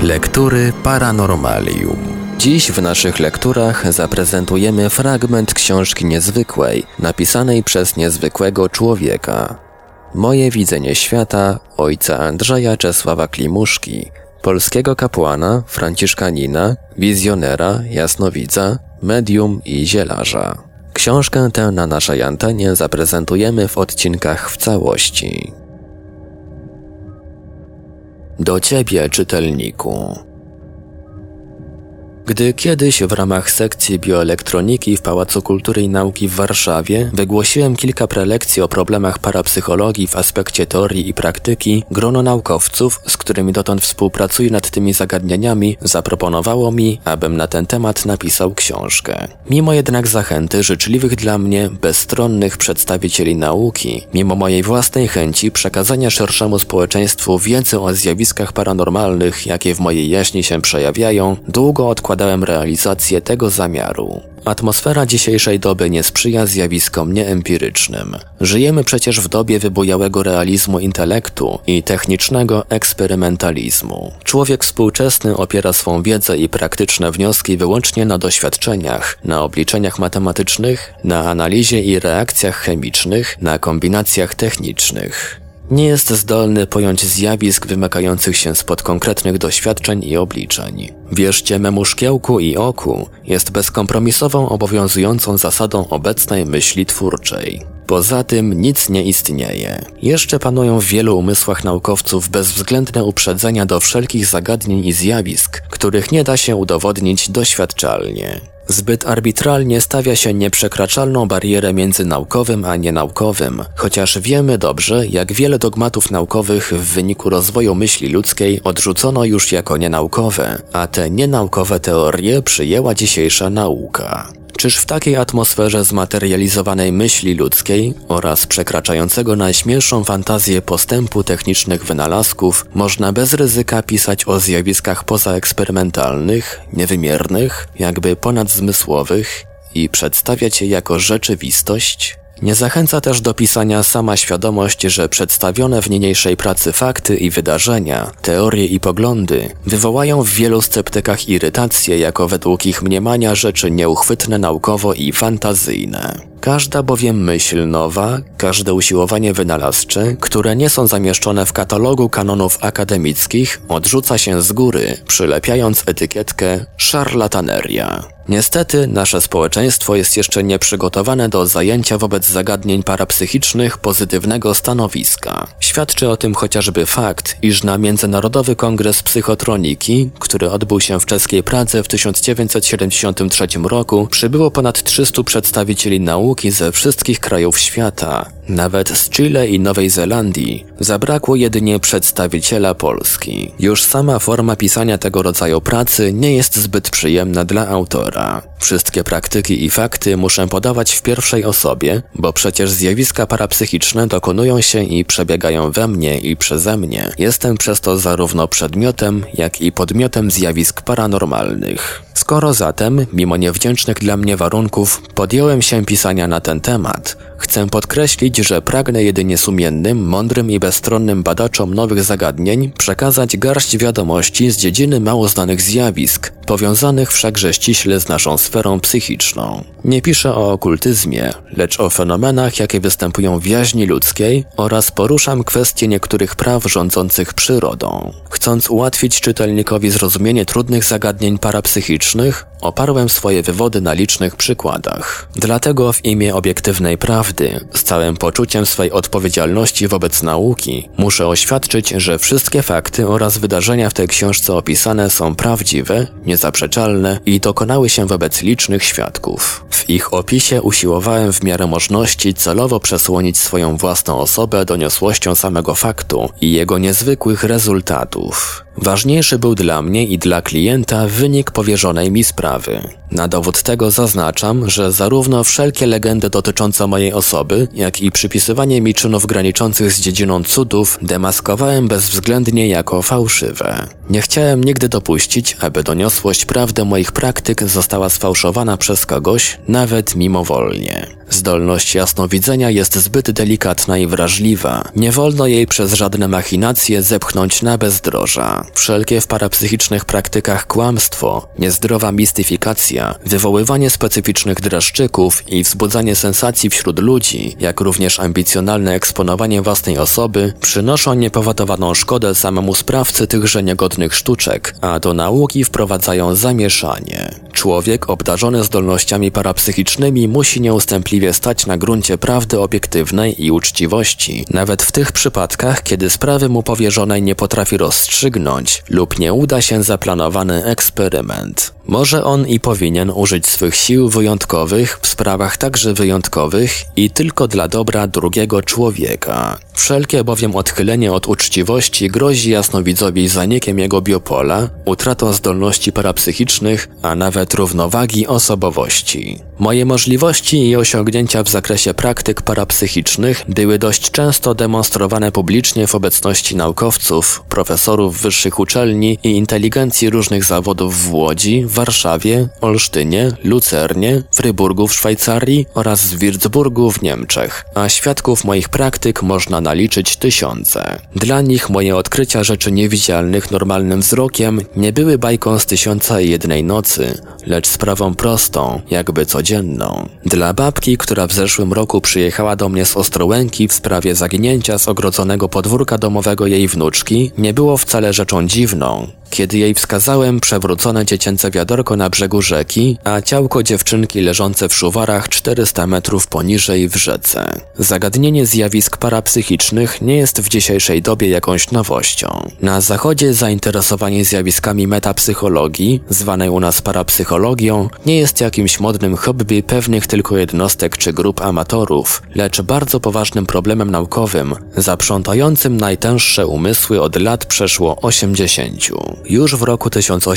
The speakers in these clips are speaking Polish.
Lektury Paranormalium. Dziś w naszych lekturach zaprezentujemy fragment książki niezwykłej, napisanej przez niezwykłego człowieka. Moje widzenie świata ojca Andrzeja Czesława Klimuszki, polskiego kapłana, franciszkanina, wizjonera, jasnowidza, medium i zielarza. Książkę tę na naszej antenie zaprezentujemy w odcinkach w całości. Do Ciebie, czytelniku. Gdy kiedyś w ramach sekcji bioelektroniki w Pałacu Kultury i Nauki w Warszawie wygłosiłem kilka prelekcji o problemach parapsychologii w aspekcie teorii i praktyki, grono naukowców, z którymi dotąd współpracuję nad tymi zagadnieniami, zaproponowało mi, abym na ten temat napisał książkę. Mimo jednak zachęty życzliwych dla mnie, bezstronnych przedstawicieli nauki, mimo mojej własnej chęci przekazania szerszemu społeczeństwu wiedzy o zjawiskach paranormalnych, jakie w mojej jaźni się przejawiają, długo odkładałem realizację tego zamiaru. Atmosfera dzisiejszej doby nie sprzyja zjawiskom nieempirycznym. Żyjemy przecież w dobie wybujałego realizmu intelektu i technicznego eksperymentalizmu. Człowiek współczesny opiera swą wiedzę i praktyczne wnioski wyłącznie na doświadczeniach, na obliczeniach matematycznych, na analizie i reakcjach chemicznych, na kombinacjach technicznych. Nie jest zdolny pojąć zjawisk wymykających się spod konkretnych doświadczeń i obliczeń. Wierzcie memu szkiełku i oku jest bezkompromisową obowiązującą zasadą obecnej myśli twórczej. Poza tym nic nie istnieje. Jeszcze panują w wielu umysłach naukowców bezwzględne uprzedzenia do wszelkich zagadnień i zjawisk, których nie da się udowodnić doświadczalnie. Zbyt arbitralnie stawia się nieprzekraczalną barierę między naukowym a nienaukowym, chociaż wiemy dobrze, jak wiele dogmatów naukowych w wyniku rozwoju myśli ludzkiej odrzucono już jako nienaukowe, a te nienaukowe teorie przyjęła dzisiejsza nauka. Czyż w takiej atmosferze zmaterializowanej myśli ludzkiej oraz przekraczającego najśmielszą fantazję postępu technicznych wynalazków można bez ryzyka pisać o zjawiskach pozaeksperymentalnych, niewymiernych, jakby ponadzmysłowych i przedstawiać je jako rzeczywistość? Nie zachęca też do pisania sama świadomość, że przedstawione w niniejszej pracy fakty i wydarzenia, teorie i poglądy wywołają w wielu sceptykach irytację jako według ich mniemania rzeczy nieuchwytne naukowo i fantazyjne. Każda bowiem myśl nowa, każde usiłowanie wynalazcze, które nie są zamieszczone w katalogu kanonów akademickich, odrzuca się z góry, przylepiając etykietkę szarlataneria. Niestety, nasze społeczeństwo jest jeszcze nieprzygotowane do zajęcia wobec zagadnień parapsychicznych pozytywnego stanowiska. Świadczy o tym chociażby fakt, iż na Międzynarodowy Kongres Psychotroniki, który odbył się w czeskiej Pradze w 1973 roku, przybyło ponad 300 przedstawicieli nauki ze wszystkich krajów świata. Nawet z Chile i Nowej Zelandii zabrakło jedynie przedstawiciela Polski. Już sama forma pisania tego rodzaju pracy nie jest zbyt przyjemna dla autora. Wszystkie praktyki i fakty muszę podawać w pierwszej osobie, bo przecież zjawiska parapsychiczne dokonują się i przebiegają we mnie i przeze mnie. Jestem przez to zarówno przedmiotem, jak i podmiotem zjawisk paranormalnych. Skoro zatem, mimo niewdzięcznych dla mnie warunków, podjąłem się pisania na ten temat, chcę podkreślić, że pragnę jedynie sumiennym, mądrym i bezstronnym badaczom nowych zagadnień przekazać garść wiadomości z dziedziny mało znanych zjawisk, powiązanych wszakże ściśle z naszą sferą psychiczną. Nie piszę o okultyzmie, lecz o fenomenach, jakie występują w jaźni ludzkiej oraz poruszam kwestie niektórych praw rządzących przyrodą. Chcąc ułatwić czytelnikowi zrozumienie trudnych zagadnień parapsychicznych, oparłem swoje wywody na licznych przykładach. Dlatego w imię obiektywnej prawdy, z całym poczuciem swej odpowiedzialności wobec nauki, muszę oświadczyć, że wszystkie fakty oraz wydarzenia w tej książce opisane są prawdziwe, niezaprzeczalne i dokonały się wobec licznych świadków. W ich opisie usiłowałem w miarę możliwości celowo przesłonić swoją własną osobę doniosłością samego faktu i jego niezwykłych rezultatów. Ważniejszy był dla mnie i dla klienta wynik powierzonej mi sprawy. Na dowód tego zaznaczam, że zarówno wszelkie legendy dotyczące mojej osoby, jak i przypisywanie mi czynów graniczących z dziedziną cudów demaskowałem bezwzględnie jako fałszywe. Nie chciałem nigdy dopuścić, aby doniosłość prawdy moich praktyk została sfałszowana przez kogoś, nawet mimowolnie. Zdolność jasnowidzenia jest zbyt delikatna i wrażliwa. Nie wolno jej przez żadne machinacje zepchnąć na bezdroża. Wszelkie w parapsychicznych praktykach kłamstwo, niezdrowa mistyfikacja, wywoływanie specyficznych dreszczyków i wzbudzanie sensacji wśród ludzi, jak również ambicjonalne eksponowanie własnej osoby przynoszą niepowodowaną szkodę samemu sprawcy tychże niegodnych sztuczek, a do nauki wprowadzają zamieszanie. Człowiek obdarzony zdolnościami parapsychicznymi musi nieustępliwie stać na gruncie prawdy obiektywnej i uczciwości, nawet w tych przypadkach, kiedy sprawy mu powierzonej nie potrafi rozstrzygnąć lub nie uda się zaplanowany eksperyment. Może on i powinien użyć swych sił wyjątkowych w sprawach także wyjątkowych i tylko dla dobra drugiego człowieka. Wszelkie bowiem odchylenie od uczciwości grozi jasnowidzowi zanikiem jego biopola, utratą zdolności parapsychicznych, a nawet równowagi osobowości. Moje możliwości i osiągnięcia w zakresie praktyk parapsychicznych były dość często demonstrowane publicznie w obecności naukowców, profesorów wyższych uczelni i inteligencji różnych zawodów w Łodzi, Warszawie, Olsztynie, Lucernie, Fryburgu w Szwajcarii oraz w Würzburgu w Niemczech, a świadków moich praktyk można naliczyć tysiące. Dla nich moje odkrycia rzeczy niewidzialnych normalnym wzrokiem nie były bajką z 1001 nocy, lecz sprawą prostą, jakby codzienną. Dla babki, która w zeszłym roku przyjechała do mnie z Ostrołęki w sprawie zaginięcia z ogrodzonego podwórka domowego jej wnuczki, nie było wcale rzeczą dziwną, kiedy jej wskazałem przewrócone dziecięce wiadorko na brzegu rzeki, a ciałko dziewczynki leżące w szuwarach 400 metrów poniżej w rzece. Zagadnienie zjawisk parapsychicznych nie jest w dzisiejszej dobie jakąś nowością. Na zachodzie zainteresowanie zjawiskami metapsychologii, zwanej u nas parapsychologią, nie jest jakimś modnym hobby pewnych tylko jednostek czy grup amatorów, lecz bardzo poważnym problemem naukowym, zaprzątającym najtęższe umysły od lat przeszło 80. Już w roku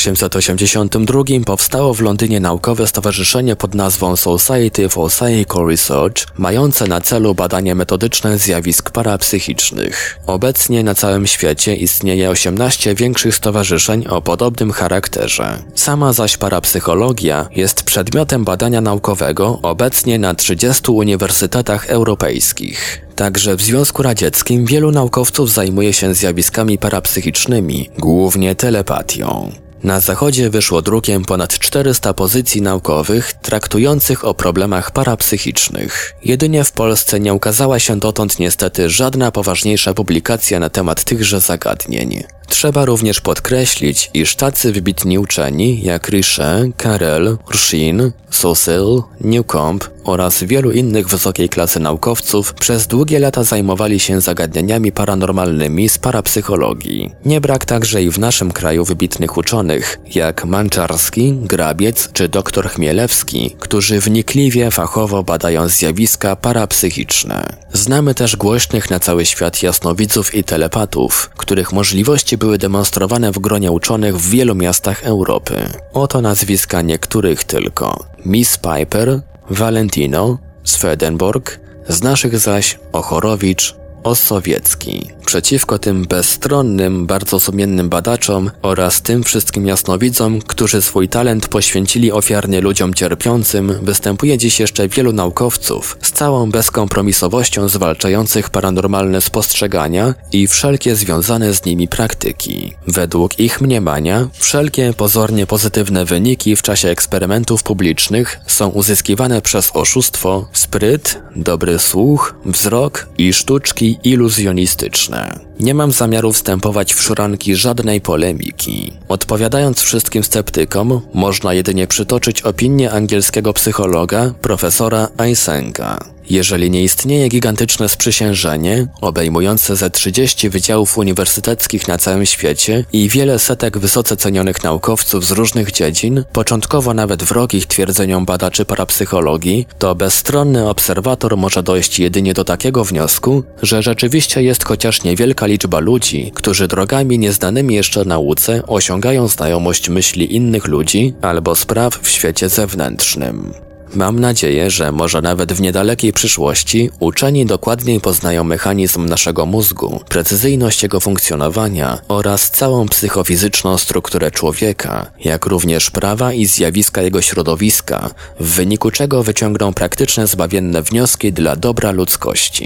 1882 powstało w Londynie naukowe stowarzyszenie pod nazwą Society for Psychical Research, mające na celu badanie metodyczne zjawisk parapsychicznych. Obecnie na całym świecie istnieje 18 większych stowarzyszeń o podobnym charakterze. Sama zaś parapsychologia jest przedmiotem badania naukowego obecnie na 30 uniwersytetach europejskich. Także w Związku Radzieckim wielu naukowców zajmuje się zjawiskami parapsychicznymi, głównie telepatią. Na Zachodzie wyszło drukiem ponad 400 pozycji naukowych traktujących o problemach parapsychicznych. Jedynie w Polsce nie ukazała się dotąd niestety żadna poważniejsza publikacja na temat tychże zagadnień. Trzeba również podkreślić, iż tacy wybitni uczeni jak Richet, Carrel, Rshin, Saussure, Newcomb oraz wielu innych wysokiej klasy naukowców przez długie lata zajmowali się zagadnieniami paranormalnymi z parapsychologii. Nie brak także i w naszym kraju wybitnych uczonych, jak Manczarski, Grabiec czy dr Chmielewski, którzy wnikliwie, fachowo badają zjawiska parapsychiczne. Znamy też głośnych na cały świat jasnowidzów i telepatów, których możliwości były demonstrowane w gronie uczonych w wielu miastach Europy. Oto nazwiska niektórych tylko: Miss Piper, Valentino, Swedenborg, z naszych zaś Ochorowicz, Ossowiecki. Przeciwko tym bezstronnym, bardzo sumiennym badaczom oraz tym wszystkim jasnowidzom, którzy swój talent poświęcili ofiarnie ludziom cierpiącym, występuje dziś jeszcze wielu naukowców z całą bezkompromisowością zwalczających paranormalne spostrzegania i wszelkie związane z nimi praktyki. Według ich mniemania, wszelkie pozornie pozytywne wyniki w czasie eksperymentów publicznych są uzyskiwane przez oszustwo, spryt, dobry słuch, wzrok i sztuczki iluzjonistyczne. Nie mam zamiaru wstępować w szuranki żadnej polemiki. Odpowiadając wszystkim sceptykom, można jedynie przytoczyć opinię angielskiego psychologa, profesora Eysenga. Jeżeli nie istnieje gigantyczne sprzysiężenie, obejmujące ze 30 wydziałów uniwersyteckich na całym świecie i wiele setek wysoce cenionych naukowców z różnych dziedzin, początkowo nawet wrogich twierdzeniom badaczy parapsychologii, to bezstronny obserwator może dojść jedynie do takiego wniosku, że rzeczywiście jest chociaż niewielka liczba ludzi, którzy drogami nieznanymi jeszcze nauce osiągają znajomość myśli innych ludzi albo spraw w świecie zewnętrznym. Mam nadzieję, że może nawet w niedalekiej przyszłości uczeni dokładniej poznają mechanizm naszego mózgu, precyzyjność jego funkcjonowania oraz całą psychofizyczną strukturę człowieka, jak również prawa i zjawiska jego środowiska, w wyniku czego wyciągną praktyczne zbawienne wnioski dla dobra ludzkości.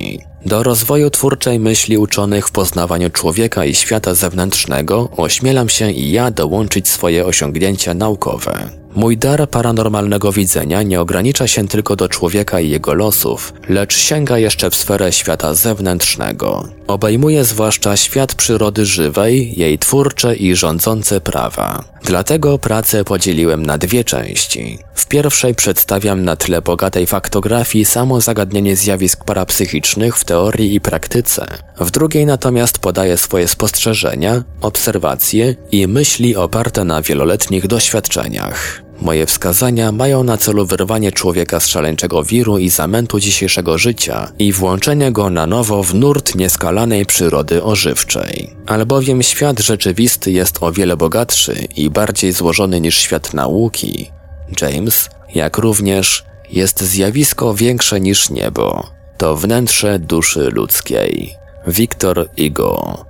Do rozwoju twórczej myśli uczonych w poznawaniu człowieka i świata zewnętrznego ośmielam się i ja dołączyć swoje osiągnięcia naukowe. Mój dar paranormalnego widzenia nie ogranicza się tylko do człowieka i jego losów, lecz sięga jeszcze w sferę świata zewnętrznego. Obejmuje zwłaszcza świat przyrody żywej, jej twórcze i rządzące prawa. Dlatego pracę podzieliłem na dwie części. W pierwszej przedstawiam na tle bogatej faktografii samo zagadnienie zjawisk parapsychicznych w teorii i praktyce. W drugiej natomiast podaję swoje spostrzeżenia, obserwacje i myśli oparte na wieloletnich doświadczeniach. Moje wskazania mają na celu wyrwanie człowieka z szaleńczego wiru i zamętu dzisiejszego życia i włączenie go na nowo w nurt nieskalanej przyrody ożywczej. Albowiem świat rzeczywisty jest o wiele bogatszy i bardziej złożony niż świat nauki. James, jak również jest zjawisko większe niż niebo. To wnętrze duszy ludzkiej. Victor Hugo.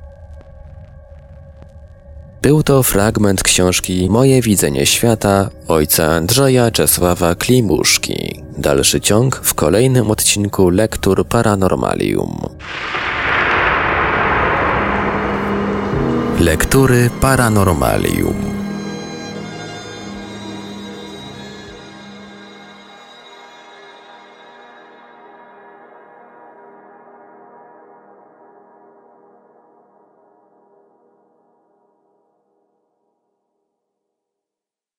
Był to fragment książki Moje widzenie świata ojca Andrzeja Czesława Klimuszki. Dalszy ciąg w kolejnym odcinku Lektur Paranormalium. Lektury Paranormalium.